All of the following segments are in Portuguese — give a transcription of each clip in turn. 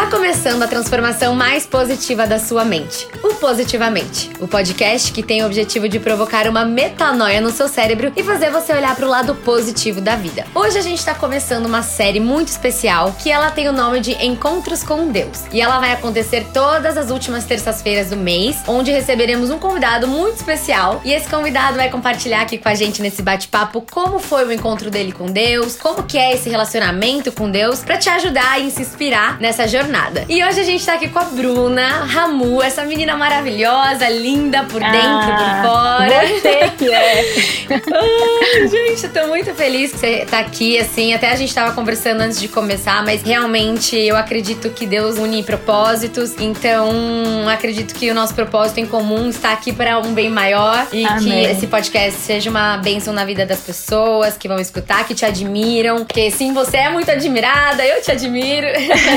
Tá começando a transformação mais positiva da sua mente. O Positivamente, o podcast que tem o objetivo de provocar uma metanoia no seu cérebro e fazer você olhar pro lado positivo da vida. Hoje a gente tá começando uma série muito especial que ela tem o nome de Encontros com Deus. E ela vai acontecer todas as últimas terças-feiras do mês, onde receberemos um convidado muito especial. E esse convidado vai compartilhar aqui com a gente nesse bate-papo como foi o encontro dele com Deus, como que é esse relacionamento com Deus, pra te ajudar e se inspirar nessa jornada. E hoje a gente tá aqui com a Bruna Ramu, essa menina maravilhosa, linda por dentro e por fora. Você que é. Ai, gente, eu tô muito feliz que você tá aqui, assim, até a gente tava conversando antes de começar, mas realmente eu acredito que Deus une propósitos, então acredito que o nosso propósito em comum está aqui para um bem maior e Amém. que esse podcast seja uma bênção na vida das pessoas que vão escutar, que te admiram, porque sim, você é muito admirada, eu te admiro.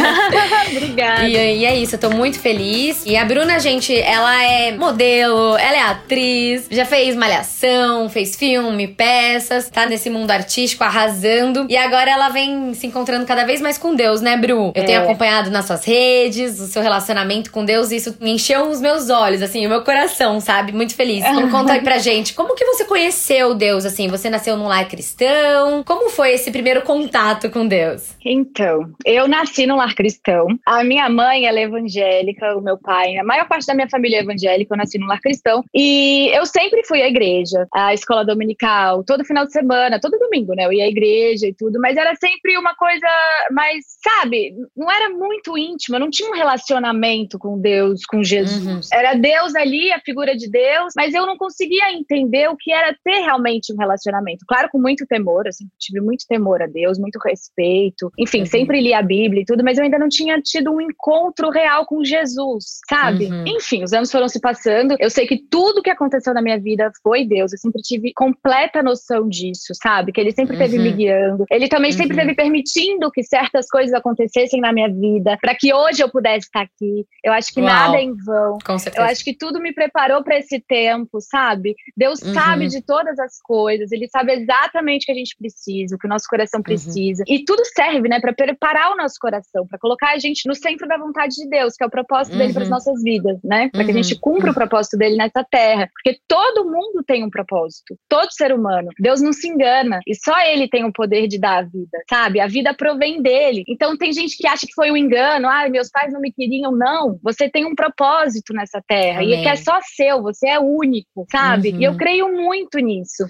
Obrigada. E é isso, eu tô muito feliz. E a Bruna, gente, ela é modelo, ela é atriz, já fez malhação, fez filme, peças, tá nesse mundo artístico arrasando. E agora ela vem se encontrando cada vez mais com Deus, né, Bru? Eu tenho acompanhado nas suas redes, o seu relacionamento com Deus, e isso me encheu os meus olhos, assim, o meu coração, sabe? Muito feliz. Então conta aí pra gente, como que você conheceu Deus, assim? Você nasceu num lar cristão? Como foi esse primeiro contato com Deus? Então, eu nasci num lar cristão. A minha mãe, ela é evangélica, o meu pai, a maior parte da minha família é evangélica, eu nasci num lar cristão. E eu sempre fui à igreja, à escola dominical, todo final de semana, todo domingo, né? Eu ia à igreja e tudo, mas era sempre uma coisa mais, sabe? Não era muito íntima, não tinha um relacionamento com Deus, com Jesus. Era Deus ali, a figura de Deus, mas eu não conseguia entender o que era ter realmente um relacionamento. Claro, com muito temor, eu sempre tive muito temor a Deus, muito respeito. Enfim, sempre li a Bíblia e tudo, mas eu ainda não tinha tido um encontro real com Jesus, sabe? Enfim, os anos foram se passando. Eu sei que tudo que aconteceu na minha vida foi Deus. Eu sempre tive completa noção disso, sabe? Que Ele sempre esteve me guiando. Ele também sempre esteve permitindo que certas coisas acontecessem na minha vida, para que hoje eu pudesse estar aqui. Eu acho que nada é em vão. Com certeza. Eu acho que tudo me preparou para esse tempo, sabe? Deus sabe de todas as coisas. Ele sabe exatamente o que a gente precisa, o que o nosso coração precisa. E tudo serve, né, para preparar o nosso coração, para colocar a gente no centro da vontade de Deus, que é o propósito dele para as nossas vidas, né? Para que a gente cumpra o propósito dele nessa terra. Porque todo mundo tem um propósito. Todo ser humano. Deus não se engana. E só ele tem o poder de dar a vida, sabe? A vida provém dele. Então tem gente que acha que foi um engano. Ah, meus pais não me queriam. Não. Você tem um propósito nessa terra. Amém. E que é só seu. Você é único, sabe? E eu creio muito nisso.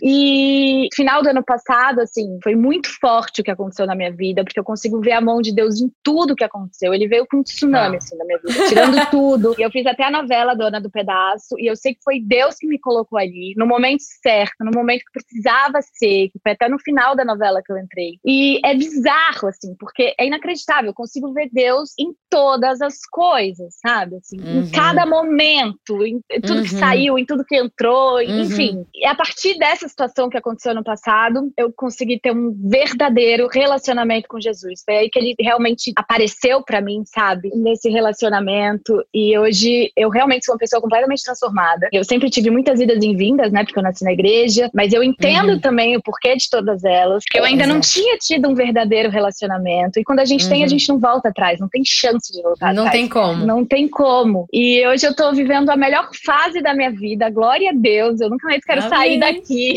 E final do ano passado, assim, foi muito forte o que aconteceu na minha vida, porque eu consigo ver a mão de Deus em tudo que aconteceu. Ele veio com um tsunami, assim, na minha vida, tirando tudo. E eu fiz até a novela Dona do Pedaço, e eu sei que foi Deus que me colocou ali, no momento certo, no momento que precisava ser, que foi até no final da novela que eu entrei. E é bizarro, assim, porque é inacreditável. Eu consigo ver Deus em todas as coisas, sabe? Assim, em cada momento, em tudo que saiu, em tudo que entrou, enfim. E a partir dessa situação que aconteceu no passado, eu consegui ter um verdadeiro relacionamento com Jesus. Foi aí que ele realmente apareceu pra mim, sabe? Nesse relacionamento. E hoje eu realmente sou uma pessoa completamente transformada. Eu sempre tive muitas idas e vindas, né? Porque eu nasci na igreja. Mas eu entendo também o porquê de todas elas. Eu ainda não tinha tido um verdadeiro relacionamento. E quando a gente tem, a gente não volta atrás. Não tem chance de voltar atrás. Não tem como. Não tem como. E hoje eu tô vivendo a melhor fase da minha vida. Glória a Deus. Eu nunca mais quero sair daqui.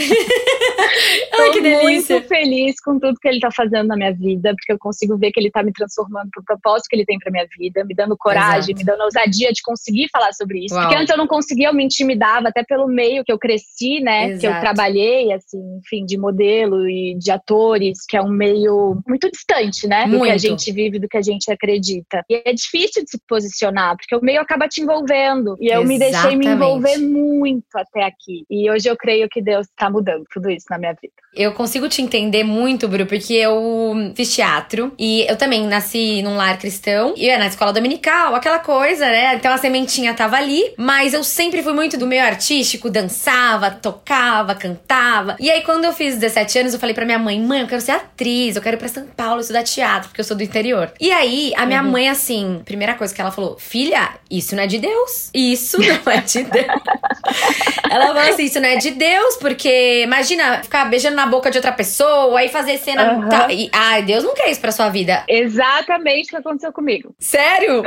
Ai, que delícia. Muito feliz com tudo que ele tá fazendo na minha vida, porque eu consigo ver que ele tá me transformando pro propósito que ele tem pra minha vida, me dando coragem, me dando ousadia de conseguir falar sobre isso. Uau. Porque antes eu não conseguia, eu me intimidava, até pelo meio que eu cresci, né? Exato. Que eu trabalhei, assim, enfim, de modelo e de atores, que é um meio muito distante, né? Do que a gente vive, do que a gente acredita. E é difícil de se posicionar, porque o meio acaba te envolvendo. E eu me deixei me envolver muito até aqui. E hoje eu creio que Deus tá mudando tudo isso na minha vida. Eu consigo te entender muito, Bru, porque eu fiz teatro e eu também nasci num lar cristão e eu ia na escola dominical, aquela coisa, né? Então a sementinha tava ali, mas eu sempre fui muito do meio artístico, dançava, tocava, cantava. E aí quando eu fiz 17 anos, eu falei pra minha mãe, eu quero ser atriz, eu quero ir pra São Paulo estudar teatro, porque eu sou do interior. E aí a minha mãe, assim, primeira coisa que ela falou, filha, isso não é de Deus. Isso não é de Deus. Ela falou assim, isso não é de Deus, porque imagina ficar beijando na boca de outra pessoa e fazer cena... Tá, e, Deus não quer isso pra sua vida. Exatamente o que aconteceu comigo. Sério?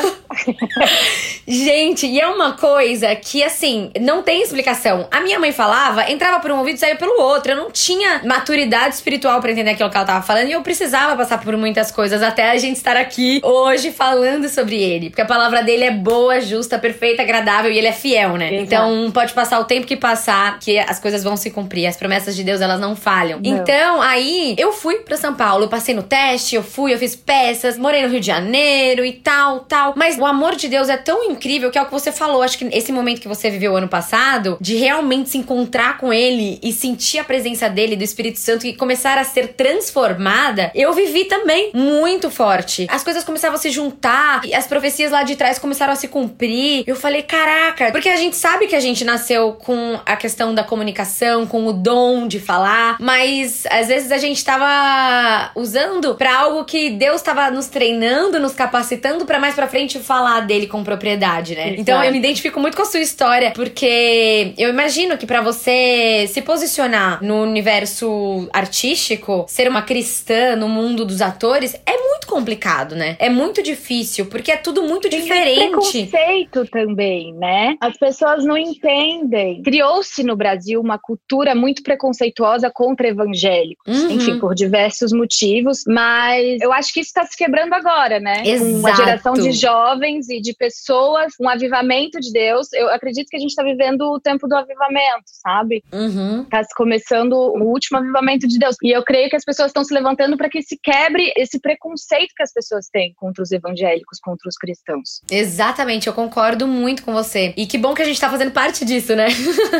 Gente, e é uma coisa que, assim, não tem explicação. A minha mãe falava, entrava por um ouvido e saía pelo outro. Eu não tinha maturidade espiritual pra entender aquilo que ela tava falando. E eu precisava passar por muitas coisas até a gente estar aqui hoje falando sobre ele. Porque a palavra dele é boa, justa, perfeita, agradável e ele é fiel, né? Exato. Então, pode passar o tempo que passar, que as coisas vão se cumprir. As promessas de Deus, elas não falham. Não. Então, aí, eu fui pra São Paulo. Eu passei no teste, eu fiz peças, morei no Rio de Janeiro e tal. Mas o amor de Deus é tão incrível que é o que você falou. Acho que esse momento que você viveu ano passado, de realmente se encontrar com ele e sentir a presença dele, do Espírito Santo, e começar a ser transformada, eu vivi também muito forte. As coisas começavam a se juntar, e as profecias lá de trás começaram a se cumprir. Eu falei, caraca, porque a gente sabe que a gente nasceu com a questão da comunicação, com o dom de falar, mas às vezes a gente tava usando pra algo que Deus tava nos treinando, nos capacitando pra mais pra frente falar dele com propriedade, né? Exato. Então eu me identifico muito com a sua história, porque eu imagino que pra você se posicionar no universo artístico, ser uma cristã no mundo dos atores, é muito complicado, né? É muito difícil, porque é tudo muito diferente. Tem preconceito também, né? As pessoas não entendem. Criou-se no Brasil uma cultura muito preconceituosa contra evangélicos. Enfim, por diversos motivos, mas eu acho que isso tá se quebrando agora, né? Exato. Com uma geração de jovens e de pessoas, um avivamento de Deus. Eu acredito que a gente tá vivendo o tempo do avivamento, sabe? Tá se começando o último avivamento de Deus. E eu creio que as pessoas estão se levantando para que se quebre esse preconceito que as pessoas têm contra os evangélicos, contra os cristãos. Exatamente, eu concordo muito com você. E que bom que a gente tá fazendo parte disso, né?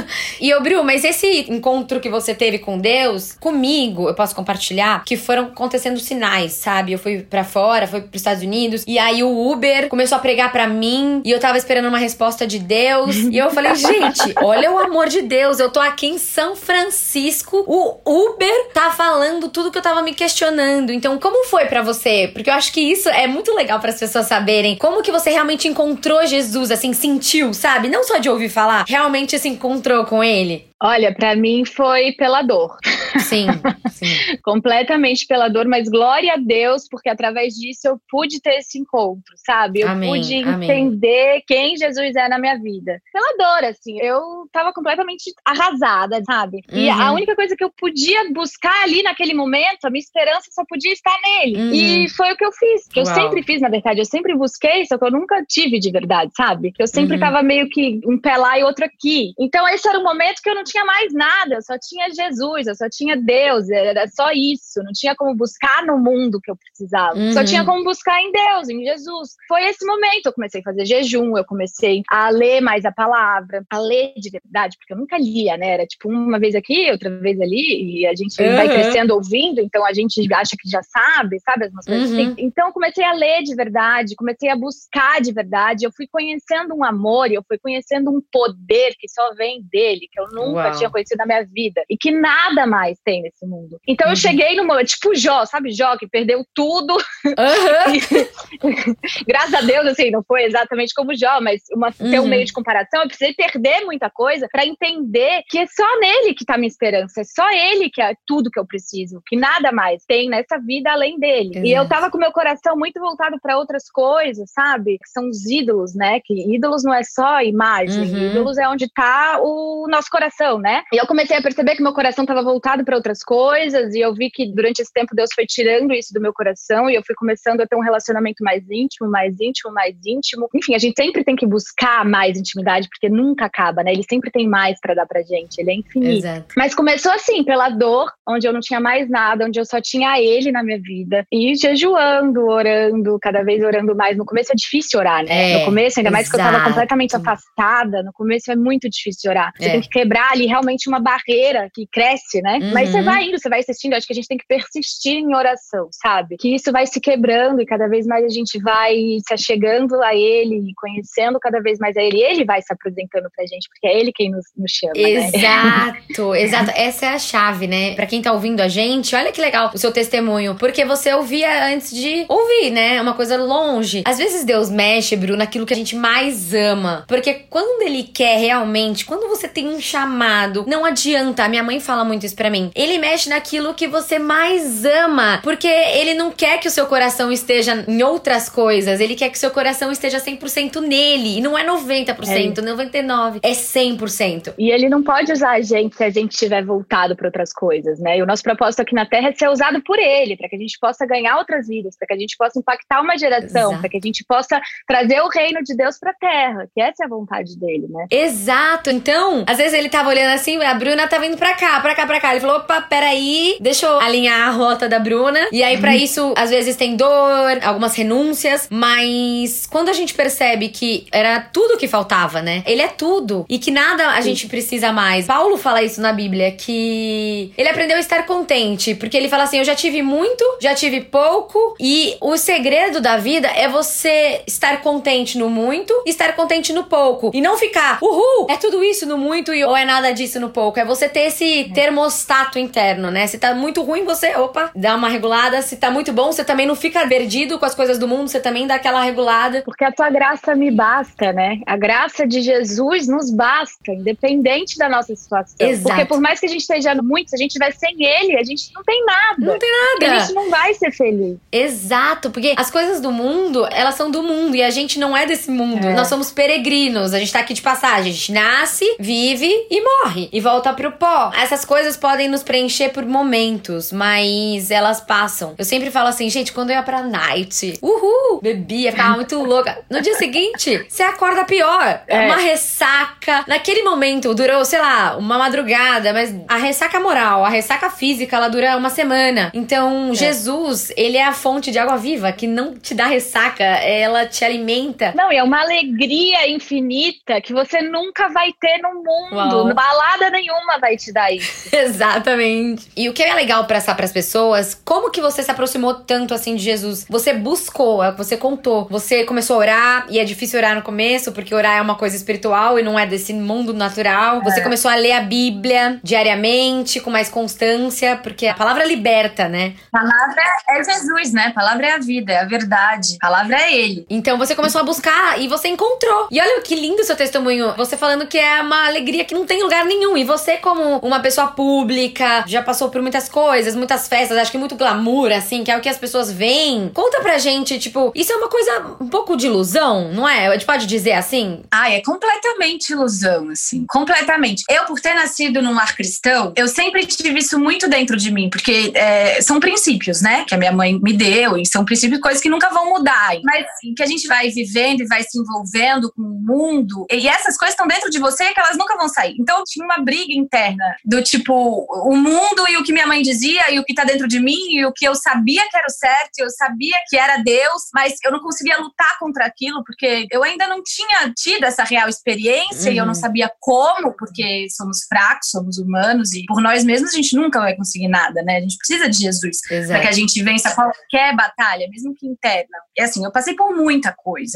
E, Bru, mas esse encontro que você teve com Deus, comigo, eu posso compartilhar, que foram acontecendo sinais, sabe? Eu fui pra fora, fui pros Estados Unidos, e aí o Uber começou a pregar pra mim, e eu tava esperando uma resposta de Deus, e eu falei, gente, olha o amor de Deus, eu tô aqui em São Francisco, o Uber tá falando tudo que eu tava me questionando. Então, como foi pra você? Porque eu acho que isso é muito legal para as pessoas saberem como que você realmente encontrou Jesus, assim, sentiu, sabe? Não só de ouvir falar, realmente se encontrou com ele. Olha, pra mim foi pela dor. Sim. Completamente pela dor, mas glória a Deus, porque através disso eu pude ter esse encontro, sabe? Eu pude entender quem Jesus é na minha vida. Pela dor, assim, eu tava completamente arrasada, sabe? E a única coisa que eu podia buscar ali naquele momento, a minha esperança só podia estar nele. E foi o que eu fiz. Que eu sempre fiz, na verdade. Eu sempre busquei, só que eu nunca tive de verdade, sabe? Eu sempre tava meio que um pé lá e outro aqui. Então esse era o momento que eu não tinha mais nada, eu só tinha Jesus, eu só tinha Deus, era só isso, não tinha como buscar no mundo que eu precisava, só tinha como buscar em Deus, em Jesus. Foi esse momento, eu comecei a fazer jejum, eu comecei a ler mais a palavra, a ler de verdade, porque eu nunca lia, né, era tipo uma vez aqui, outra vez ali, e a gente vai crescendo ouvindo, então a gente acha que já sabe as coisas assim. Então eu comecei a ler de verdade, comecei a buscar de verdade, eu fui conhecendo um amor, eu fui conhecendo um poder que só vem dele, que eu nunca tinha conhecido na minha vida e que nada mais tem nesse mundo. Então eu cheguei no momento, tipo Jó, sabe Jó, que perdeu tudo. E, graças a Deus, assim, não foi exatamente como Jó, mas ter um meio de comparação, eu precisei perder muita coisa pra entender que é só nele que tá minha esperança, é só ele que é tudo que eu preciso, que nada mais tem nessa vida além dele. Exato. E eu tava com meu coração muito voltado pra outras coisas, sabe? Que são os ídolos, né? Que ídolos não é só imagem, ídolos é onde tá o nosso coração, né? E eu comecei a perceber que meu coração estava voltado para outras coisas, e eu vi que durante esse tempo Deus foi tirando isso do meu coração, e eu fui começando a ter um relacionamento mais íntimo. Enfim, a gente sempre tem que buscar mais intimidade, porque nunca acaba, né? Ele sempre tem mais para dar pra gente, ele é infinito. Exato. Mas começou assim, pela dor, onde eu não tinha mais nada, onde eu só tinha ele na minha vida, e jejuando, orando, cada vez orando mais. No começo é difícil orar, né? No começo, ainda mais que eu tava completamente afastada, no começo é muito difícil orar. Você tem que quebrar ali realmente uma barreira que cresce, né? Mas você vai indo, você vai assistindo. Acho que a gente tem que persistir em oração, sabe? Que isso vai se quebrando e cada vez mais a gente vai se achegando a ele e conhecendo cada vez mais a ele. E ele vai se apresentando pra gente, porque é ele quem nos chama, Exato, né? Exato. Essa é a chave, né? Pra quem tá ouvindo a gente, olha que legal o seu testemunho, porque você ouvia antes de ouvir, né? Uma coisa longe. Às vezes Deus mexe, Bru, naquilo que a gente mais ama, porque quando ele quer realmente, quando você tem um chamado, não adianta. A minha mãe fala muito isso pra mim. ele mexe naquilo que você mais ama, porque ele não quer que o seu coração esteja em outras coisas, ele quer que o seu coração esteja 100% nele, e não é 90%, 99%, é 100%. E ele não pode usar a gente se a gente estiver voltado para outras coisas, né? E o nosso propósito aqui na Terra é ser usado por ele, para que a gente possa ganhar outras vidas, para que a gente possa impactar uma geração, para que a gente possa trazer o reino de Deus pra Terra, que essa é a vontade dele, né? Exato. Então, às vezes ele tava olhando assim, a Bruna tá vindo pra cá. Ele falou, opa, peraí, deixa eu alinhar a rota da Bruna. E aí, pra isso, às vezes tem dor, algumas renúncias, mas quando a gente percebe que era tudo que faltava, né? Ele é tudo. E que nada a gente precisa mais. Paulo fala isso na Bíblia, que ele aprendeu a estar contente, porque ele fala assim, eu já tive muito, já tive pouco, e o segredo da vida é você estar contente no muito e estar contente no pouco. E não ficar, é tudo isso no muito ou é nada disso no pouco. É você ter esse termostato interno, né? Se tá muito ruim, você, dá uma regulada. Se tá muito bom, você também não fica perdido com as coisas do mundo, você também dá aquela regulada. Porque a tua graça me basta, né? A graça de Jesus nos basta, independente da nossa situação. Exato. Porque por mais que a gente esteja muito, se a gente estiver sem ele, a gente não tem nada. Não tem nada. Porque a gente não vai ser feliz. Exato, porque as coisas do mundo, elas são do mundo e a gente não é desse mundo. Nós somos peregrinos, a gente tá aqui de passagem. A gente nasce, vive e morre. E volta pro pó. Essas coisas podem nos preencher por momentos, mas elas passam. Eu sempre falo assim, gente, quando eu ia pra night, bebia, ficava muito louca. No dia seguinte, você acorda pior. Uma ressaca. Naquele momento, durou, sei lá, uma madrugada, mas a ressaca moral, a ressaca física, ela dura uma semana. Então, Jesus, ele é a fonte de água viva, que não te dá ressaca, ela te alimenta. Não, e é uma alegria infinita que você nunca vai ter no mundo. Uau. Balada nenhuma vai te dar isso. Exatamente. E o que é legal passar pras pessoas, como que você se aproximou tanto assim de Jesus? Você buscou, é o que você contou. Você começou a orar, e é difícil orar no começo, porque orar é uma coisa espiritual e não é desse mundo natural. Você começou a ler a Bíblia diariamente, com mais constância, porque a palavra liberta, né? A palavra é Jesus, né? A palavra é a vida, é a verdade. A palavra é ele. Então você começou a buscar e você encontrou. E olha que lindo o seu testemunho. Você falando que é uma alegria que não tem lugar nenhum. E você, como uma pessoa pública, já passou por muitas coisas, muitas festas, acho que muito glamour, assim, que é o que as pessoas veem. Conta pra gente, tipo, isso é uma coisa um pouco de ilusão, não é? A gente pode dizer assim? É completamente ilusão, assim. Completamente. Eu, por ter nascido num lar cristão, eu sempre tive isso muito dentro de mim, porque são princípios, né? Que a minha mãe me deu, e são princípios, coisas que nunca vão mudar. Mas assim, que a gente vai vivendo e vai se envolvendo com o mundo, e essas coisas estão dentro de você que elas nunca vão sair. Então tinha uma briga interna do tipo, o mundo e o que minha mãe dizia e o que tá dentro de mim e o que eu sabia que era o certo, eu sabia que era Deus, mas eu não conseguia lutar contra aquilo porque eu ainda não tinha tido essa real experiência e eu não sabia como, porque somos fracos, somos humanos e por nós mesmos a gente nunca vai conseguir nada, né? A gente precisa de Jesus para que a gente vença qualquer batalha, mesmo que interna. E assim, eu passei por muita coisa.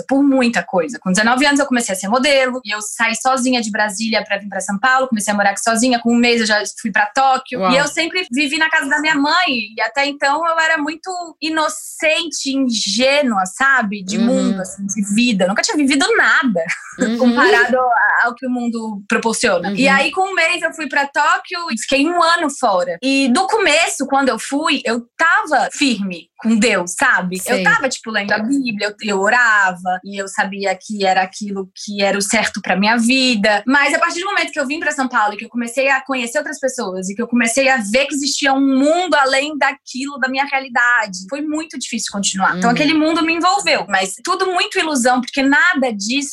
Com 19 anos eu comecei a ser modelo e eu saí sozinha de Brasília para vir para São Paulo, comecei a morar aqui sozinha, com um mês eu já fui para Tóquio. Uau. E eu sempre vivi na casa da minha mãe e até então eu era muito inocente, ingênua, sabe? De mundo, assim, de vida. Eu nunca tinha vivido nada comparado ao que o mundo proporciona. E aí com um mês eu fui para Tóquio e fiquei 1 ano fora. E do começo, quando eu fui, eu tava firme com Deus, sabe? Sei. Eu tava, tipo, lendo a Bíblia, eu orava, e eu sabia que era aquilo que era o certo pra minha vida. Mas a partir do momento que eu vim pra São Paulo e que eu comecei a conhecer outras pessoas e que eu comecei a ver que existia um mundo além daquilo, da minha realidade, foi muito difícil continuar. Então aquele mundo me envolveu, mas tudo muito ilusão, porque nada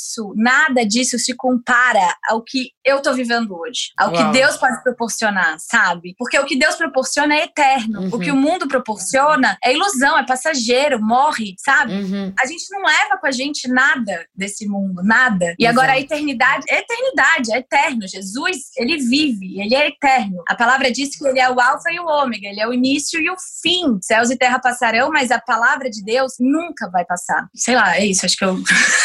disso se compara ao que eu tô vivendo hoje, ao que Deus pode proporcionar, sabe? Porque o que Deus proporciona é eterno, o que o mundo proporciona é ilusão, é passageiro, morre, sabe? A gente não leva com a gente nada desse mundo, nada. E agora a eternidade, é eterno. Jesus, ele vive, ele é eterno. A palavra diz que ele é o alfa e o ômega, ele é o início e o fim. Céus e terra passarão, mas a palavra de Deus nunca vai passar. Sei lá, é isso, acho que eu...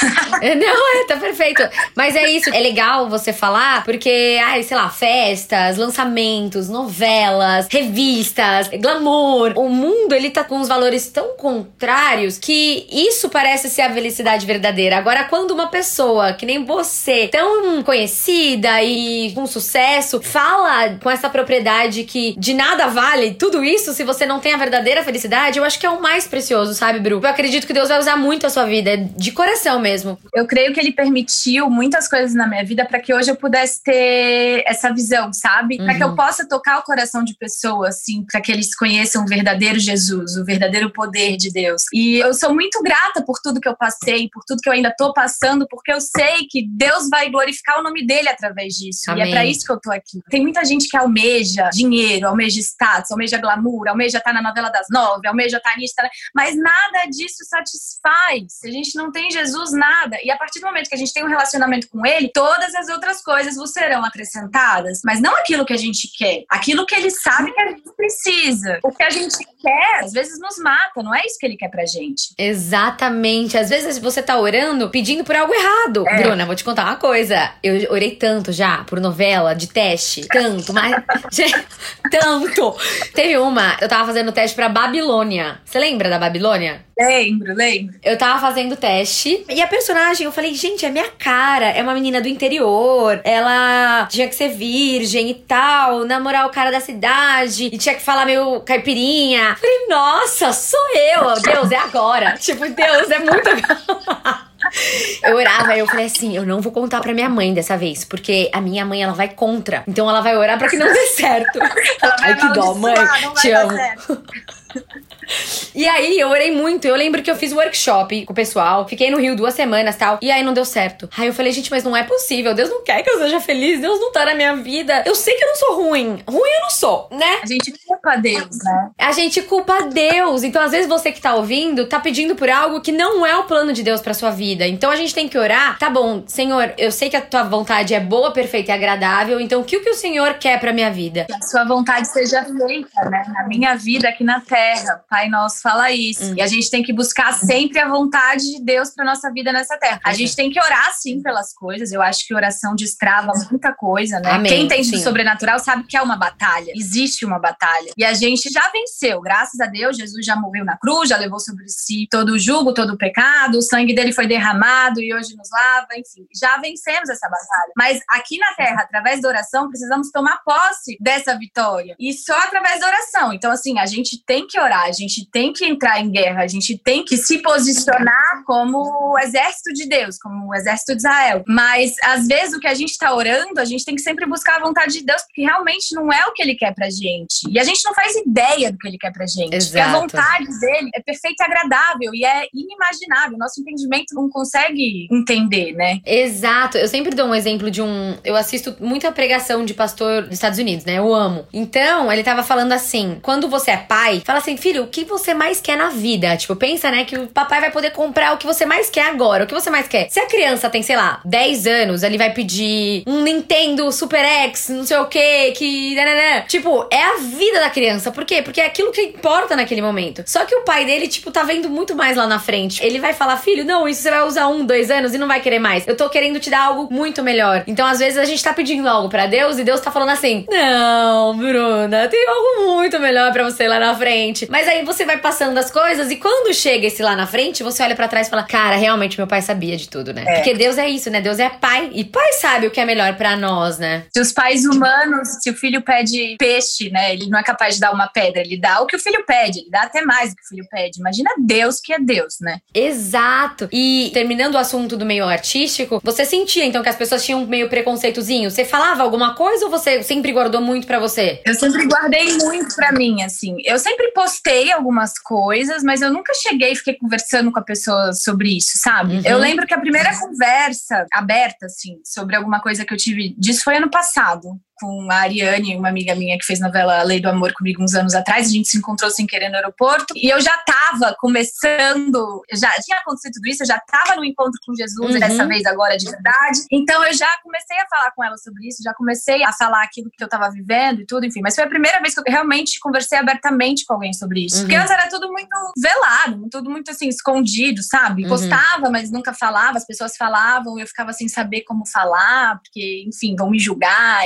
Não, tá perfeito. Mas é isso, é legal você falar, porque, sei lá, festas, lançamentos, novelas, revistas, glamour. O mundo, ele tá com uns valores tão contrários que isso parece ser a felicidade verdadeira. Agora, quando uma pessoa, que nem você, tão conhecida e com sucesso, fala com essa propriedade felicidade que de nada vale tudo isso se você não tem a verdadeira felicidade, eu acho que é o mais precioso, sabe, Bru? Eu acredito que Deus vai usar muito a sua vida, de coração mesmo. Eu creio que ele permitiu muitas coisas na minha vida para que hoje eu pudesse ter essa visão, sabe? Para que eu possa tocar o coração de pessoas, assim, para que eles conheçam o verdadeiro Jesus, o verdadeiro poder de Deus. E eu sou muito grata por tudo que eu passei, por tudo que eu ainda tô passando, porque eu sei que Deus vai glorificar o nome dele através disso. Amém. E é pra isso que eu tô aqui. Tem muita gente que almeja dinheiro, almeja status, almeja glamour, almeja estar na novela das 9, almeja estar nisso, mas nada disso satisfaz. Se a gente não tem Jesus, nada. E a partir do momento que a gente tem um relacionamento com ele, todas as outras coisas vos serão acrescentadas. Mas não aquilo que a gente quer, aquilo que ele sabe que a gente precisa. O que a gente quer, às vezes nos mata, não é isso que ele quer pra gente. Exatamente. Às vezes você tá orando pedindo por algo errado. Bruna, vou te contar uma coisa. Eu orei tanto já por novela de teste. Tanto, mas... tanto. Teve uma, eu tava fazendo teste pra Babilônia. Você lembra da Babilônia? Lembro. Eu tava fazendo teste e a personagem, eu falei, gente, é minha cara. É uma menina do interior. Ela tinha que ser virgem e tal, namorar o cara da cidade e tinha que falar meio caipirinha. Eu falei, nossa, sou eu. Deus, é agora. Tipo, Deus, é muito... Eu orava e eu falei assim, eu não vou contar pra minha mãe dessa vez, porque a minha mãe, ela vai contra. Então ela vai orar pra que não dê certo. Ela vai Ai, que dó, mãe, te amo. E aí, eu orei muito. Eu lembro que eu fiz workshop com o pessoal. Fiquei no Rio 2 semanas e tal. E aí não deu certo. Aí eu falei, gente, mas não é possível. Deus não quer que eu seja feliz. Deus não tá na minha vida. Eu sei que eu não sou ruim. Ruim eu não sou, né? A gente culpa Deus, né? A gente culpa Deus. Então, às vezes, você que tá ouvindo, tá pedindo por algo que não é o plano de Deus pra sua vida. Então, a gente tem que orar. Tá bom, Senhor, eu sei que a tua vontade é boa, perfeita e agradável. Então, o que o Senhor quer pra minha vida? Que a sua vontade seja feita, né? Na minha vida aqui na terra. Pai Nosso fala isso. E a gente tem que buscar sempre a vontade de Deus pra nossa vida nessa terra. A gente tem que orar, sim, pelas coisas. Eu acho que oração destrava muita coisa, né? Amém, quem entende sim. do sobrenatural sabe que é uma batalha. Existe uma batalha. E a gente já venceu. Graças a Deus, Jesus já morreu na cruz, já levou sobre si todo o jugo, todo o pecado. O sangue dele foi derramado e hoje nos lava. Enfim, já vencemos essa batalha. Mas aqui na terra, através da oração, precisamos tomar posse dessa vitória. E só através da oração. Então, assim, a gente tem que orar, a gente tem que entrar em guerra, a gente tem que se posicionar como o exército de Deus, como o exército de Israel. Mas, às vezes, o que a gente tá orando, a gente tem que sempre buscar a vontade de Deus, porque realmente não é o que ele quer pra gente. E a gente não faz ideia do que ele quer pra gente. Exato. Porque a vontade dele é perfeita e agradável e é inimaginável. Nosso entendimento não consegue entender, né? Exato. Eu sempre dou um exemplo de eu assisto muita pregação de pastor dos Estados Unidos, né? Eu amo. Então, ele tava falando assim, quando você é pai, fala assim, filho, o que você mais quer na vida? Tipo, pensa, né, que o papai vai poder comprar o que você mais quer agora. O que você mais quer? Se a criança tem, sei lá, 10 anos, ele vai pedir um Nintendo Super X, não sei o quê, que... Tipo, é a vida da criança. Por quê? Porque é aquilo que importa naquele momento. Só que o pai dele, tipo, tá vendo muito mais lá na frente. Ele vai falar, filho, não, isso você vai usar 1, 2 anos e não vai querer mais. Eu tô querendo te dar algo muito melhor. Então, às vezes, a gente tá pedindo algo pra Deus e Deus tá falando assim, não, Bruna, tem algo muito melhor pra você lá na frente. Mas aí você vai passando as coisas e quando chega esse lá na frente, você olha pra trás e fala, cara, realmente meu pai sabia de tudo, né? Porque Deus é isso, né? Deus é pai. E pai sabe o que é melhor pra nós, né? Se os pais humanos, se o filho pede peixe, né? Ele não é capaz de dar uma pedra, ele dá o que o filho pede, ele dá até mais do que o filho pede. Imagina Deus que é Deus, né? Exato. E terminando o assunto do meio artístico, você sentia então que as pessoas tinham meio preconceitozinho? Você falava alguma coisa ou você sempre guardou muito pra você? Eu sempre guardei muito pra mim, assim. Eu sempre postei algumas coisas, mas eu nunca cheguei e fiquei conversando com a pessoa sobre isso, sabe? Eu lembro que a primeira conversa aberta, assim, sobre alguma coisa que eu tive disso foi ano passado. Com a Ariane, uma amiga minha que fez novela Lei do Amor comigo uns anos atrás. A gente se encontrou sem querer no aeroporto. E eu já tava começando, já tinha acontecido tudo isso, eu já tava no encontro com Jesus, e dessa vez agora de verdade. Então eu já comecei a falar com ela sobre isso, já comecei a falar aquilo que eu tava vivendo e tudo, enfim. Mas foi a primeira vez que eu realmente conversei abertamente com alguém sobre isso. Porque antes era tudo muito velado, tudo muito assim, escondido, sabe? Postava, mas nunca falava, as pessoas falavam, eu ficava sem saber como falar, porque, enfim, vão me julgar e vão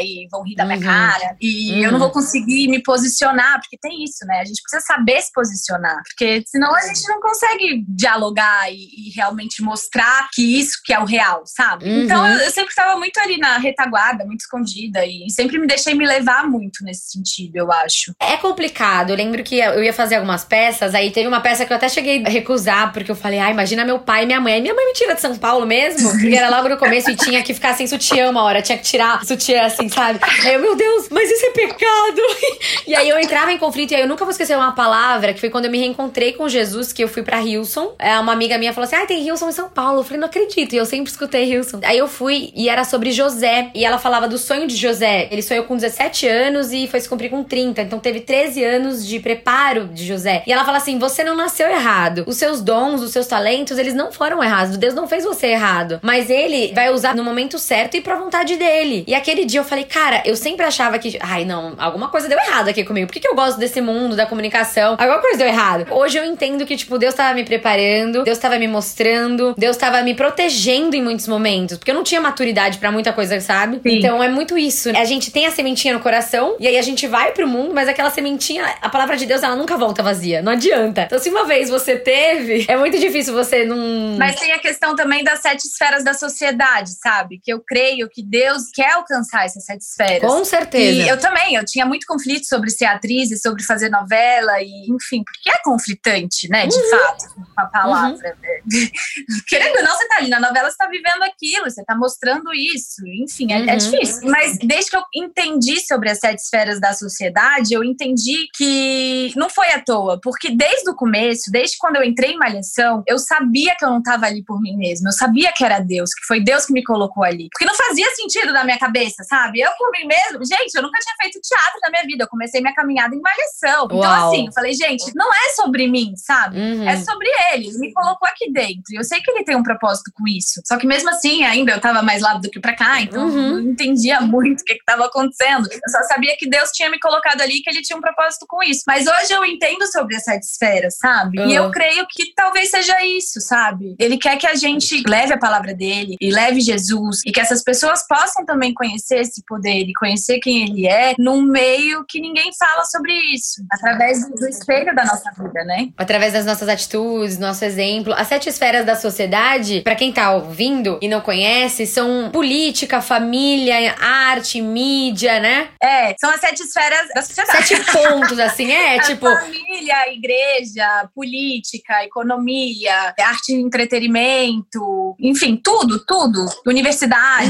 rir da minha cara. E eu não vou conseguir me posicionar, porque tem isso, né? A gente precisa saber se posicionar, porque senão a gente não consegue dialogar e realmente mostrar que isso que é o real, sabe? Então eu sempre estava muito ali na retaguarda, muito escondida, e sempre me deixei me levar muito nesse sentido, eu acho. É complicado. Eu lembro que eu ia fazer algumas peças, aí teve uma peça que eu até cheguei a recusar, porque eu falei, imagina meu pai e minha mãe. Aí minha mãe me tira de São Paulo mesmo, porque era logo no começo e tinha que ficar sem sutiã uma hora, tinha que tirar sutiã assim, sabe? Aí eu, meu Deus, mas isso é pecado. E aí eu entrava em conflito, e aí eu nunca vou esquecer uma palavra, que foi quando eu me reencontrei com Jesus, que eu fui pra Hilson. Uma amiga minha falou assim, tem Hilson em São Paulo. Eu falei, não acredito, e eu sempre escutei Hilson. Aí eu fui, e era sobre José, e ela falava do sonho de José. Ele sonhou com 17 anos e foi se cumprir com 30, então teve 13 anos de preparo de José. E ela fala assim, você não nasceu errado. Os seus dons, os seus talentos, eles não foram errados. Deus não fez você errado. Mas ele vai usar no momento certo e pra vontade dele. E aquele dia eu falei, cara, eu sempre achava que, não, alguma coisa deu errado aqui comigo. Por que eu gosto desse mundo, da comunicação? Alguma coisa deu errado. Hoje eu entendo que, Deus tava me preparando, Deus tava me mostrando, Deus tava me protegendo em muitos momentos. Porque eu não tinha maturidade pra muita coisa, sabe? Sim. Então é muito isso. A gente tem a sementinha no coração, e aí a gente vai pro mundo, mas aquela sementinha, a palavra de Deus, ela nunca volta vazia. Não adianta. Então se uma vez você teve, é muito difícil você não... Mas tem a questão também das 7 esferas da sociedade, sabe? Que eu creio que Deus quer alcançar essas 7 esferas. Com certeza. E eu tinha muito conflito sobre ser atriz e sobre fazer novela, e enfim, porque é conflitante, né? De fato, com a palavra. Querendo ou não, você tá ali na novela, você tá vivendo aquilo, você tá mostrando isso. Enfim, é difícil. Mas desde que eu entendi sobre as 7 esferas da sociedade, eu entendi que não foi à toa. Porque desde o começo, desde quando eu entrei em Malhação, eu sabia que eu não tava ali por mim mesma. Eu sabia que era Deus, que foi Deus que me colocou ali. Porque não fazia sentido na minha cabeça, sabe? Eu por mim mesma, gente, eu nunca tinha feito teatro na minha vida. Eu comecei minha caminhada em Malhação. Então, assim, eu falei, gente, não é sobre mim, sabe? É sobre ele. Ele me colocou aqui dentro. E eu sei que ele tem um propósito com isso. Só que mesmo assim, ainda eu tava mais lá do que pra cá, então não entendia muito o que tava acontecendo. Eu só sabia que Deus tinha me colocado ali e que ele tinha um propósito com isso. Mas hoje eu entendo sobre as 7 esferas, sabe? E eu creio que talvez seja isso, sabe? Ele quer que a gente leve a palavra dele e leve Jesus, e que essas pessoas possam também conhecer esse poder e conhecer quem ele é num meio que ninguém fala sobre isso, através do espelho da nossa vida, né? Através das nossas atitudes, nosso exemplo. As 7 esferas da sociedade, pra quem tá ouvindo e não conhece, são política, família, arte, mídia, né? São as 7 esferas da sociedade. 7 pontos, assim, família, igreja, política, economia, arte e entretenimento, enfim, tudo. Universidade.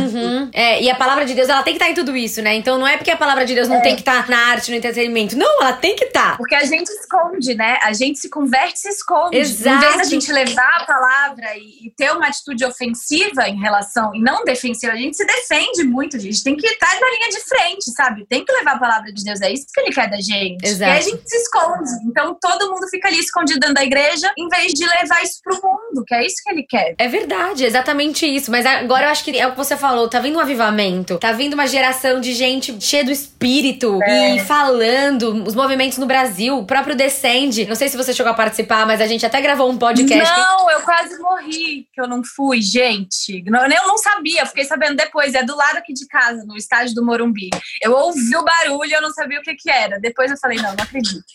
E a palavra de Deus, ela tem que estar em tudo isso, né? Então não é porque a palavra de Deus não tem que estar na arte, no entretenimento. Não, ela tem que estar. Porque a gente esconde, né? A gente se converte e se esconde. Exato. Em vez da gente levar a palavra e ter uma atitude ofensiva em relação, e não defensiva, a gente se defende muito, a gente tem que estar na linha de frente, sabe? Tem que levar a palavra de Deus, é isso que ele quer da gente. Exato. E aí a gente se esconde. Então todo mundo fica ali escondido dentro da igreja, em vez de levar isso pro mundo, que é isso que ele quer. É verdade, exatamente isso. Mas agora eu acho que é o que você falou, tá vindo um avivamento, tá vindo uma geração de gente cheia do espírito e falando, os movimentos no Brasil, o próprio Descende. Não sei se você chegou a participar, mas a gente até gravou um podcast. Não, eu quase morri que eu não fui, gente. Eu não sabia, fiquei sabendo depois. É do lado aqui de casa, no estádio do Morumbi. Eu ouvi o barulho e eu não sabia o que era. Depois eu falei, não acredito.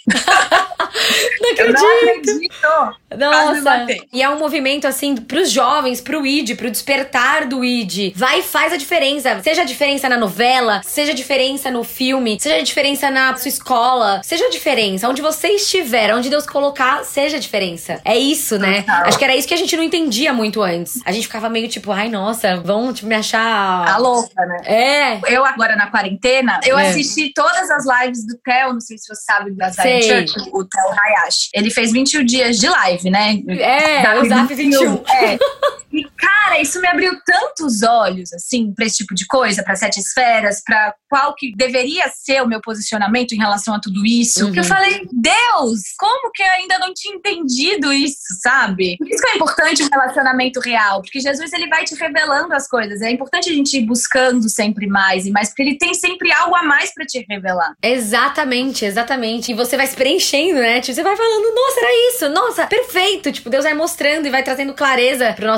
Não acredito. Eu não acredito. Nossa. E é um movimento, assim, pros jovens, pro ID, pro despertar do ID. Vai e faz a diferença. Seja a diferença na novela, seja a diferença no filme, seja a diferença na sua escola, seja a diferença. Onde você estiver, onde Deus colocar, seja a diferença. É isso, né? Acho que era isso que a gente não entendia muito antes. A gente ficava meio tipo, nossa, vão me achar... A louca, né? Eu agora na quarentena, eu assisti todas as lives do Theo, não sei se você sabe, da Zion Church, o Theo Hayashi. Ele fez 21 dias de live, né? O Zap 21. E, cara, isso me abriu tantos olhos, assim, pra esse tipo de coisa, pra 7 esferas, pra qual que deveria ser o meu posicionamento em relação a tudo isso. Que eu falei, Deus, como que eu ainda não tinha entendido isso, sabe? Por isso que é importante o relacionamento real, porque Jesus, ele vai te revelando as coisas. É importante a gente ir buscando sempre mais e mais, porque ele tem sempre algo a mais pra te revelar. Exatamente. E você vai se preenchendo, né? Tipo, você vai falando, nossa, era isso, nossa, perfeito. Tipo, Deus vai mostrando e vai trazendo clareza pro nosso coração.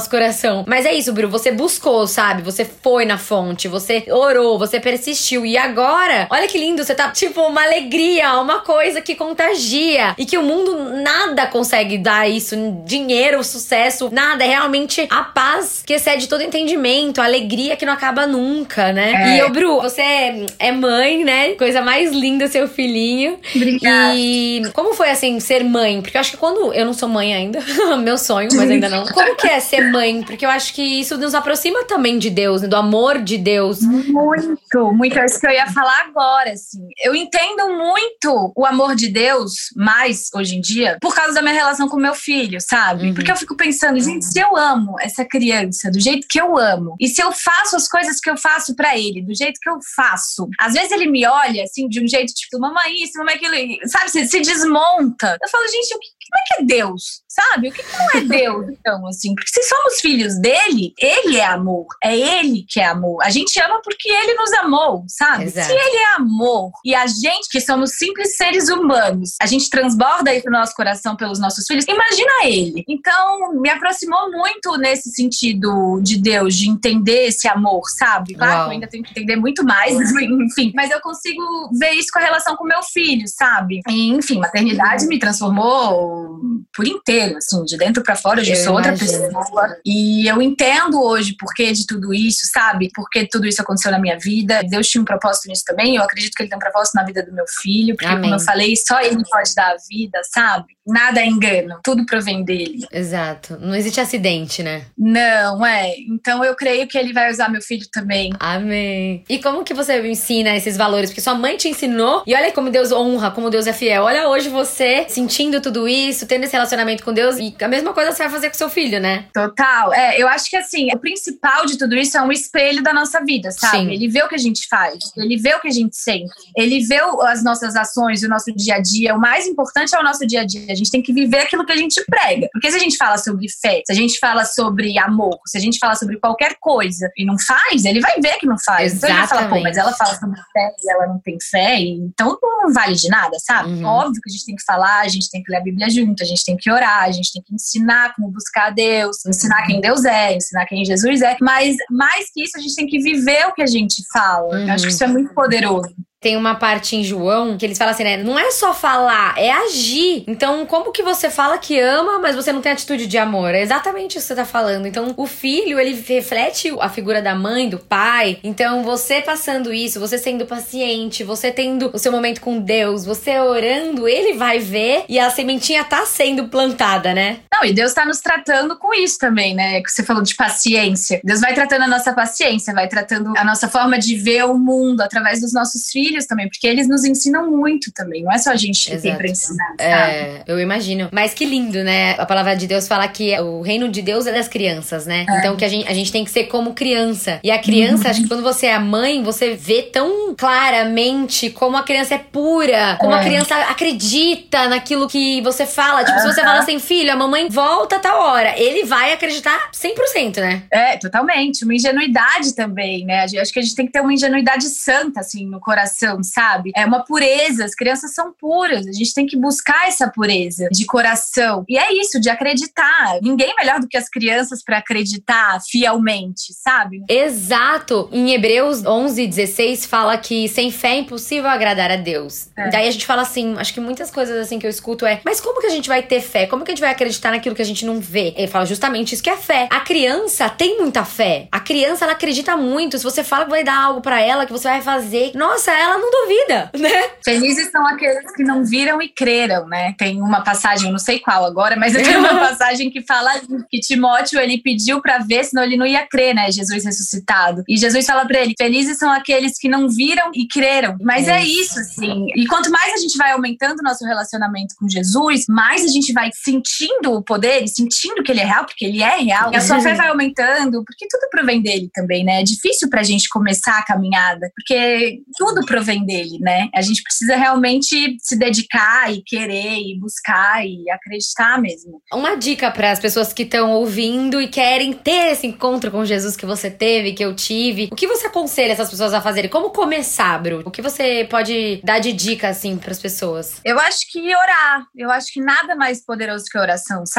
então. Mas é isso, Bru, você buscou, sabe? Você foi na fonte, você orou, você persistiu. E agora, olha que lindo, você tá, tipo, uma alegria, uma coisa que contagia. E que o mundo nada consegue dar isso. Dinheiro, sucesso, nada. É realmente a paz que excede todo entendimento, a alegria que não acaba nunca, né? E, Bru, você é mãe, né? Coisa mais linda, seu filhinho. Obrigada. E como foi, assim, ser mãe? Porque eu acho que quando... Eu não sou mãe ainda, meu sonho, mas ainda não. Como que é ser mãe? Porque eu acho que isso nos aproxima também de Deus, né? Do amor de Deus. Muito, muito. É isso que eu ia falar agora, assim. Eu entendo muito o amor de Deus, mais hoje em dia, por causa da minha relação com meu filho, sabe? Porque eu fico pensando, gente, se eu amo essa criança do jeito que eu amo, e se eu faço as coisas que eu faço pra ele, do jeito que eu faço, às vezes ele me olha, assim, de um jeito, tipo, mamãe isso, mamãe aquilo, sabe? Você se desmonta. Eu falo, gente, como é que é Deus? Sabe? O que não é Deus, então, assim? Porque se somos filhos dele, ele é amor. É ele que é amor. A gente ama porque ele nos amou, sabe? Exato. Se ele é amor e a gente, que somos simples seres humanos, a gente transborda aí pro nosso coração pelos nossos filhos, imagina ele. Então, me aproximou muito nesse sentido de Deus, de entender esse amor, sabe? Claro que eu ainda tenho que entender muito mais, enfim. Mas eu consigo ver isso com a relação com meu filho, sabe? E, enfim, maternidade me transformou por inteiro, assim, de dentro pra fora, eu sou outra pessoa. E eu entendo hoje por que de tudo isso, sabe? Por que tudo isso aconteceu na minha vida. Deus tinha um propósito nisso também. Eu acredito que ele tem um propósito na vida do meu filho. Porque, como eu falei, só ele pode dar a vida, sabe? Nada é engano. Tudo provém dele. Exato. Não existe acidente, né? Não, Então eu creio que ele vai usar meu filho também. Amém. E como que você ensina esses valores? Porque sua mãe te ensinou. E olha como Deus honra, como Deus é fiel. Olha hoje você sentindo tudo isso, tendo esse relacionamento com Deus. E a mesma coisa você vai fazer com seu filho, né? Total. Eu acho que assim, o principal de tudo isso é um espelho da nossa vida, sabe? Sim. Ele vê o que a gente faz. Ele vê o que a gente sente. Ele vê as nossas ações, o nosso dia a dia. O mais importante é o nosso dia a dia. A gente tem que viver aquilo que a gente prega. Porque se a gente fala sobre fé, se a gente fala sobre amor, se a gente fala sobre qualquer coisa e não faz, ele vai ver que não faz. Exatamente. Então ele vai falar, pô, mas ela fala sobre fé e ela não tem fé, então não vale de nada, sabe? Óbvio que a gente tem que falar, a gente tem que ler a Bíblia junto, a gente tem que orar, a gente tem que ensinar como buscar a Deus, ensinar quem Deus é, ensinar quem Jesus é. Mas mais que isso, a gente tem que viver o que a gente fala. Eu acho que isso é muito poderoso. Tem uma parte em João que eles falam assim, né? Não é só falar, é agir. Então, como que você fala que ama, mas você não tem atitude de amor? É exatamente isso que você tá falando. Então, o filho, ele reflete a figura da mãe, do pai. Então, você passando isso, você sendo paciente, você tendo o seu momento com Deus, você orando, ele vai ver e a sementinha tá sendo plantada, né? Não, e Deus tá nos tratando com isso também, né? Que você falou de paciência. Deus vai tratando a nossa paciência, vai tratando a nossa forma de ver o mundo através dos nossos filhos também, porque eles nos ensinam muito também, não é só a gente que tem pra ensinar, sabe? Eu imagino. Mas que lindo, né? A palavra de Deus fala que o reino de Deus é das crianças, né? Então que a gente tem que ser como criança. E a criança, acho que quando você é a mãe, você vê tão claramente como a criança é pura, como a criança acredita naquilo que você fala. Tipo, se você fala assim, filho, a mamãe volta a tal hora, ele vai acreditar 100%, né? Totalmente. Uma ingenuidade também, né? Acho que a gente tem que ter uma ingenuidade santa, assim, no coração, sabe? É uma pureza, as crianças são puras, a gente tem que buscar essa pureza de coração. E é isso, de acreditar. Ninguém melhor do que as crianças pra acreditar fielmente, sabe? Exato! Em Hebreus 11:16 fala que sem fé é impossível agradar a Deus. Daí a gente fala assim, acho que muitas coisas assim que eu escuto mas como que a gente vai ter fé? Como que a gente vai acreditar naquilo que a gente não vê? Ele fala justamente isso que é fé. A criança tem muita fé. A criança, ela acredita muito. Se você fala que vai dar algo pra ela, que você vai fazer, nossa, ela não duvida, né? Felizes são aqueles que não viram e creram, né? Tem uma passagem, eu não sei qual agora, mas tem uma passagem que fala que Timóteo, ele pediu pra ver, senão ele não ia crer, né? Jesus ressuscitado. E Jesus fala pra ele, felizes são aqueles que não viram e creram. Mas é isso, assim. E quanto mais a gente vai aumentando o nosso relacionamento com Jesus, mais a gente vai sentindo o poder e sentindo que ele é real, porque ele é real. E a sua fé vai aumentando, porque tudo provém dele também, né? É difícil pra gente começar a caminhada, porque tudo provém dele, né? A gente precisa realmente se dedicar e querer e buscar e acreditar mesmo. Uma dica para as pessoas que estão ouvindo e querem ter esse encontro com Jesus que você teve, que eu tive. O que você aconselha essas pessoas a fazerem? Como começar, Bru? O que você pode dar de dica, assim, para as pessoas? Eu acho que orar. Eu acho que nada mais poderoso que a oração, sabe?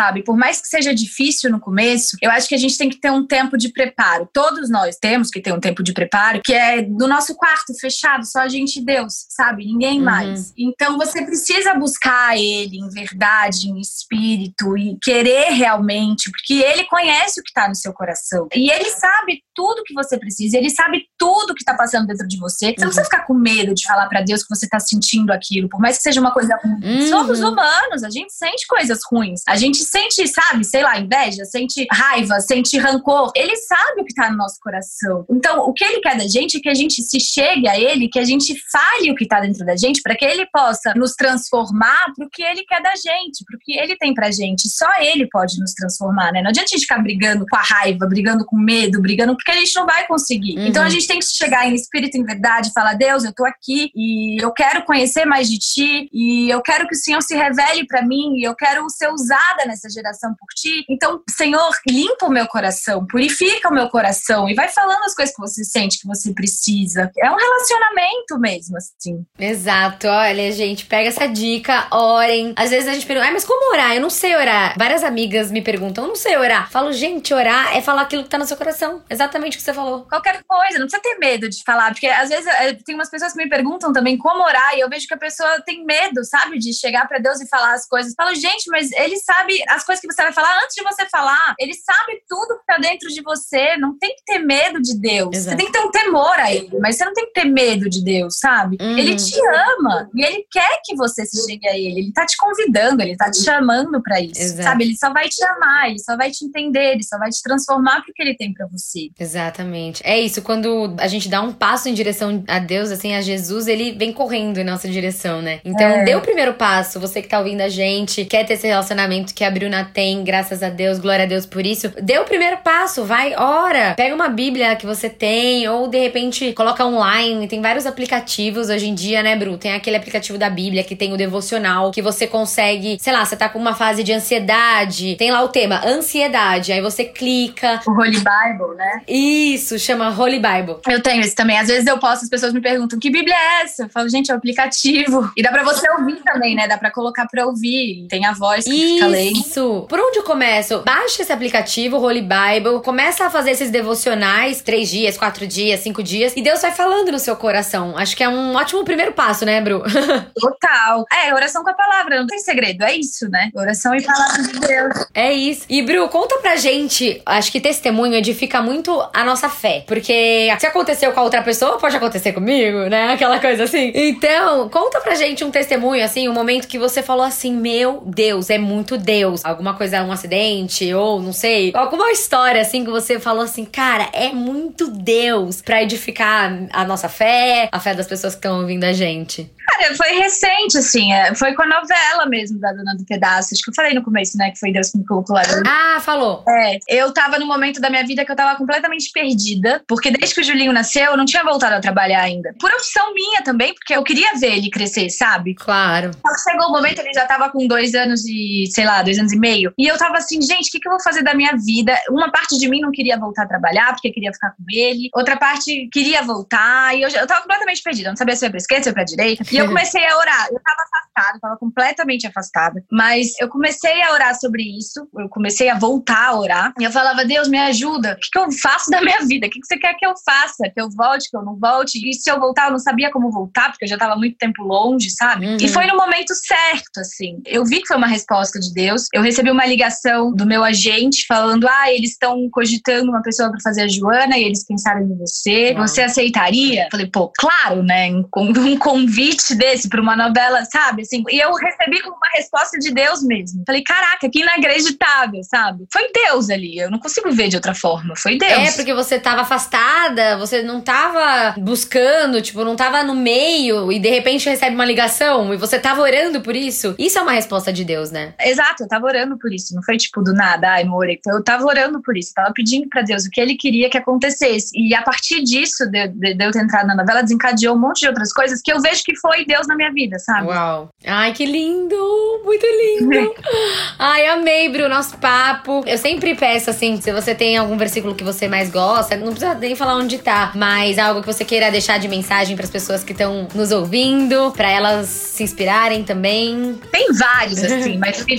sabe? Por mais que seja difícil no começo, eu acho que a gente tem que ter um tempo de preparo. Todos nós temos que ter um tempo de preparo, que é no nosso quarto, fechado, só a gente e Deus, sabe? Ninguém mais. Então você precisa buscar Ele em verdade, em espírito, e querer realmente, porque Ele conhece o que tá no seu coração. E Ele sabe tudo que você precisa, Ele sabe tudo que tá passando dentro de você. Você não precisa ficar com medo de falar pra Deus que você tá sentindo aquilo, por mais que seja uma coisa ruim. Somos humanos, a gente sente coisas ruins. A gente sente, sabe, sei lá, inveja, sente raiva, sente rancor. Ele sabe o que tá no nosso coração. Então, o que Ele quer da gente é que a gente se chegue a Ele, que a gente fale o que tá dentro da gente, pra que Ele possa nos transformar pro que Ele quer da gente, pro que Ele tem pra gente. Só Ele pode nos transformar, né? Não adianta a gente ficar brigando com a raiva, brigando com medo, brigando, porque a gente não vai conseguir. Então, a gente tem que chegar em espírito, em verdade, e falar: Deus, eu tô aqui e eu quero conhecer mais de Ti, e eu quero que o Senhor se revele pra mim, e eu quero ser usada nessa geração por Ti. Então, Senhor, limpa o meu coração, purifica o meu coração e vai falando as coisas que você sente que você precisa. É um relacionamento mesmo, assim. Exato. Olha, gente, pega essa dica, orem. Às vezes a gente pergunta: mas como orar? Eu não sei orar. Várias amigas me perguntam: eu não sei orar. Falo: gente, orar é falar aquilo que tá no seu coração. Exatamente o que você falou. Qualquer coisa, não precisa ter medo de falar, porque às vezes tem umas pessoas que me perguntam também como orar, e eu vejo que a pessoa tem medo, sabe, de chegar pra Deus e falar as coisas. Falo: gente, mas Ele sabe as coisas que você vai falar antes de você falar. Ele sabe tudo que tá dentro de você. Não tem que ter medo de Deus. Exato. Você tem que ter um temor a Ele, mas você não tem que ter medo de Deus, sabe? Ele te ama e Ele quer que você se chegue a Ele. Ele tá te convidando, Ele tá te chamando pra isso. Exato. Sabe? Ele só vai te amar, Ele só vai te entender, Ele só vai te transformar pro que Ele tem pra você. Exatamente. É isso, quando a gente dá um passo em direção a Deus, assim, a Jesus, Ele vem correndo em nossa direção, né? Então, dê o primeiro passo. Você que tá ouvindo a gente, quer ter esse relacionamento que a Bruna tem, graças a Deus, glória a Deus por isso. Dê o primeiro passo, vai, ora. Pega uma Bíblia que você tem, ou de repente coloca online. Tem vários aplicativos hoje em dia, né, Bru? Tem aquele aplicativo da Bíblia que tem o devocional, que você consegue, sei lá, você tá com uma fase de ansiedade, tem lá o tema, ansiedade. Aí você clica. O Holy Bible, né? Isso, chama Holy Bible. Eu tenho esse também. Às vezes eu posto, as pessoas me perguntam: que Bíblia é essa? Eu falo: gente, é um aplicativo. E dá pra você ouvir também, né? Dá pra colocar pra ouvir. Tem a voz que fica lendo. Isso. Por onde eu começo? Baixa esse aplicativo, Holy Bible. Começa a fazer esses devocionais, 3 dias, 4 dias, 5 dias. E Deus vai falando no seu coração. Acho que é um ótimo primeiro passo, né, Bru? Total. Oração com a palavra. Não tem segredo. É isso, né? Oração e palavra de Deus. É isso. E, Bru, conta pra gente. Acho que testemunho edifica muito a nossa fé. Porque se aconteceu com a outra pessoa, pode acontecer comigo, né? Aquela coisa assim. Então, conta pra gente um testemunho, assim, um momento que você falou assim: meu Deus, é muito Deus. Alguma coisa, um acidente, ou não sei, alguma história, assim, que você falou assim: cara, é muito Deus, pra edificar a nossa fé, a fé das pessoas que estão ouvindo a gente. Cara, foi recente, assim, foi com a novela mesmo da Dona do Pedaço. Acho que eu falei no começo, né, que foi Deus que me colocou lá. Ah, falou. Eu tava num momento da minha vida que eu tava completamente perdida, porque desde que o Julinho nasceu, eu não tinha voltado a trabalhar ainda. Por opção minha também, porque eu queria ver ele crescer, sabe? Claro. Só que chegou o momento, ele já tava com 2 anos e, sei lá, 2 anos e meio. E eu tava assim: gente, o que eu vou fazer da minha vida? Uma parte de mim não queria voltar a trabalhar, porque queria ficar com ele. Outra parte queria voltar. E eu tava completamente perdida. Eu não sabia se eu ia pra esquerda, se eu ia pra direita. E eu comecei a orar. Eu tava afastada, tava completamente afastada. Mas eu comecei a orar sobre isso. Eu comecei a voltar a orar. E eu falava: Deus, me ajuda. O que eu faço da minha vida? O que você quer que eu faça? Que eu volte, que eu não volte? E se eu voltar, eu não sabia como voltar, porque eu já tava muito tempo longe, sabe? E foi no momento certo, assim. Eu vi que foi uma resposta de Deus. Eu recebi uma ligação do meu agente falando: eles estão cogitando uma pessoa pra fazer a Joana e eles pensaram em você. Uau. Você aceitaria? Falei: pô, claro, né? Um convite desse pra uma novela, sabe? Assim, e eu recebi como uma resposta de Deus mesmo. Falei: caraca, que inacreditável, sabe? Foi Deus ali. Eu não consigo ver de outra forma. Foi Deus. É, porque você tava afastada, você não tava buscando, tipo, não tava no meio e de repente recebe uma ligação e você tava orando por isso. Isso é uma resposta de Deus, né? Exato, eu tava orando por isso. Não foi tipo do nada, não orei. Eu tava orando por isso. Tava pedindo pra Deus o que Ele queria que acontecesse. E a partir disso, de eu ter entrado na novela, desencadeou um monte de outras coisas que eu vejo que foi Deus na minha vida, sabe? Uau. Ai, que lindo! Muito lindo! Ai, amei, Bru, nosso papo. Eu sempre peço, assim, se você tem algum versículo que você mais gosta, não precisa nem falar onde tá, mas algo que você queira deixar de mensagem pras pessoas que estão nos ouvindo, pra elas se inspirarem também. Tem vários, assim, mas o que veio agora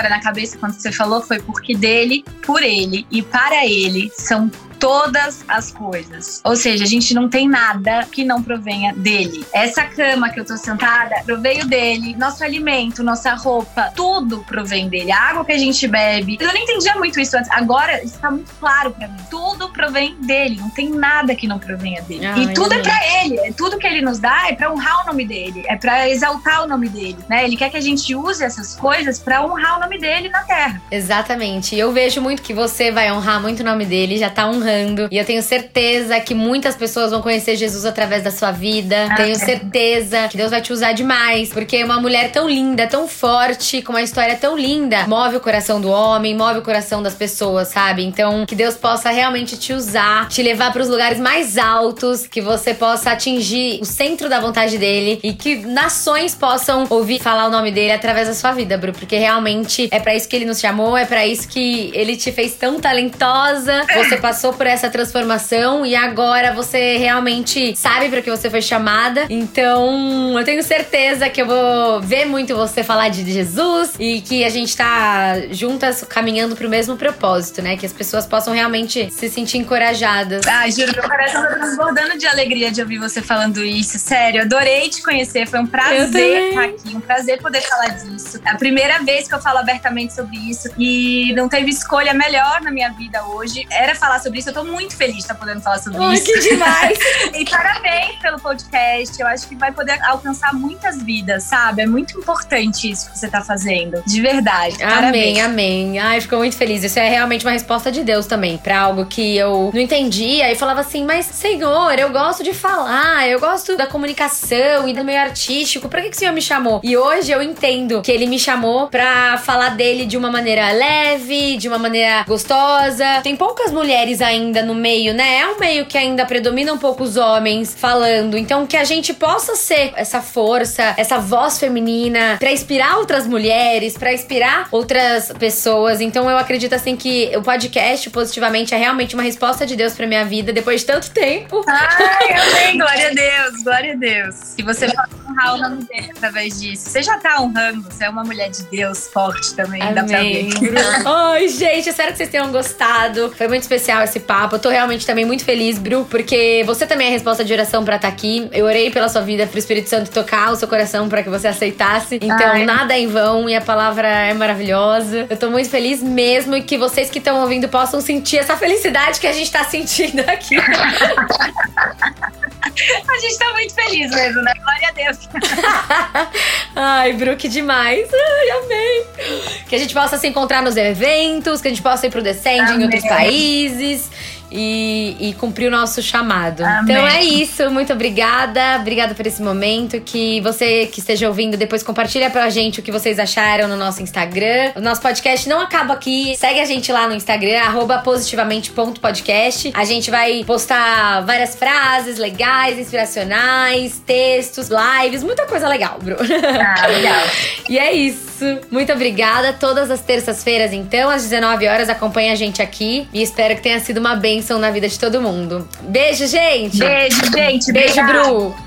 agora na cabeça quando você falou foi porque dele, por ele e para ele são todas as coisas. Ou seja, a gente não tem nada que não provenha dele. Essa cama que eu tô sentada proveio dele, nosso alimento, nossa roupa, tudo provém dele. A água que a gente bebe. Eu não entendia muito isso antes. Agora isso tá muito claro pra mim. Tudo provém dele. Não tem nada que não provenha dele. E tudo é pra ele. Tudo que ele nos dá é pra honrar o nome dele. É pra exaltar o nome dele, né? Ele quer que a gente use essas coisas pra honrar o nome dele na terra. Exatamente. E eu vejo muito que você vai honrar muito o nome dele, já tá honrando. E eu tenho certeza que muitas pessoas vão conhecer Jesus através da sua vida. Tenho certeza que Deus vai te usar demais. Porque uma mulher tão linda, tão forte, com uma história tão linda, move o coração do homem, move o coração das pessoas, sabe? Então, que Deus possa realmente te usar, te levar pros lugares mais altos, que você possa atingir o centro da vontade dele e que nações possam ouvir falar o nome dele através da sua vida, Bru. Porque realmente é pra isso que ele nos chamou, é pra isso que ele te fez tão talentosa. Você passou por essa transformação e agora você realmente sabe pra que você foi chamada. Então, eu tenho certeza que eu vou ver muito você falar de Jesus e que a gente tá juntas caminhando pro mesmo propósito, né? Que as pessoas possam realmente se sentir encorajadas. Ai, juro, meu coração tá transbordando de alegria de ouvir você falando isso. Sério, adorei te conhecer. Foi um prazer estar aqui, um prazer poder falar disso. É a primeira vez que eu falo abertamente sobre isso e não teve escolha melhor na minha vida hoje. Era falar sobre isso. Eu tô muito feliz de estar podendo falar sobre isso. Que demais! E parabéns pelo podcast. Eu acho que vai poder alcançar muitas vidas, sabe? É muito importante isso que você tá fazendo. De verdade. Parabéns. Amém. Ai, fico muito feliz. Isso é realmente uma resposta de Deus também, pra algo que eu não entendia e falava assim, mas Senhor, eu gosto de falar, eu gosto da comunicação e do meio artístico, pra que o Senhor me chamou? E hoje eu entendo que Ele me chamou pra falar dele de uma maneira leve, de uma maneira gostosa. Tem poucas mulheres ainda no meio, né? É um meio que ainda predomina um pouco os homens falando. Então, que a gente possa ser essa força, essa voz feminina pra inspirar outras mulheres, pra inspirar outras pessoas. Então, eu acredito assim que o podcast, Positivamente, é realmente uma resposta de Deus pra minha vida depois de tanto tempo. Ai, amém. Glória a Deus, glória a Deus. E você pode honrar o nome dele através disso. Você já tá honrando, você é uma mulher de Deus forte também, amém. Dá pra ver. Ai, gente, espero que vocês tenham gostado. Foi muito especial esse papo. Eu tô realmente também muito feliz, Bru, porque você também é a resposta de oração pra estar aqui. Eu orei pela sua vida, pro Espírito Santo tocar o seu coração pra que você aceitasse. Então, nada é em vão e a palavra é maravilhosa. Eu tô muito feliz mesmo e que vocês que estão ouvindo possam sentir essa felicidade que a gente tá sentindo aqui. A gente tá muito feliz mesmo, né? Glória a Deus. Ai, Bru, que demais. Ai, amei. Que a gente possa se encontrar nos eventos, que a gente possa ir pro Descend em outros países e cumprir o nosso chamado. Amém. Então é isso, muito obrigada por esse momento, que você que esteja ouvindo depois compartilha pra gente o que vocês acharam no nosso Instagram. O nosso podcast não acaba aqui, segue a gente lá no Instagram @positivamente.podcast. A gente vai postar várias frases legais, inspiracionais, textos, lives, muita coisa legal, Bru. Legal. E é isso, muito obrigada. Todas as terças-feiras então, às 19 horas, acompanha a gente aqui e espero que tenha sido uma bênção na vida de todo mundo. Beijo, gente! Beijo, gente. Beijo, Obrigada. Bru!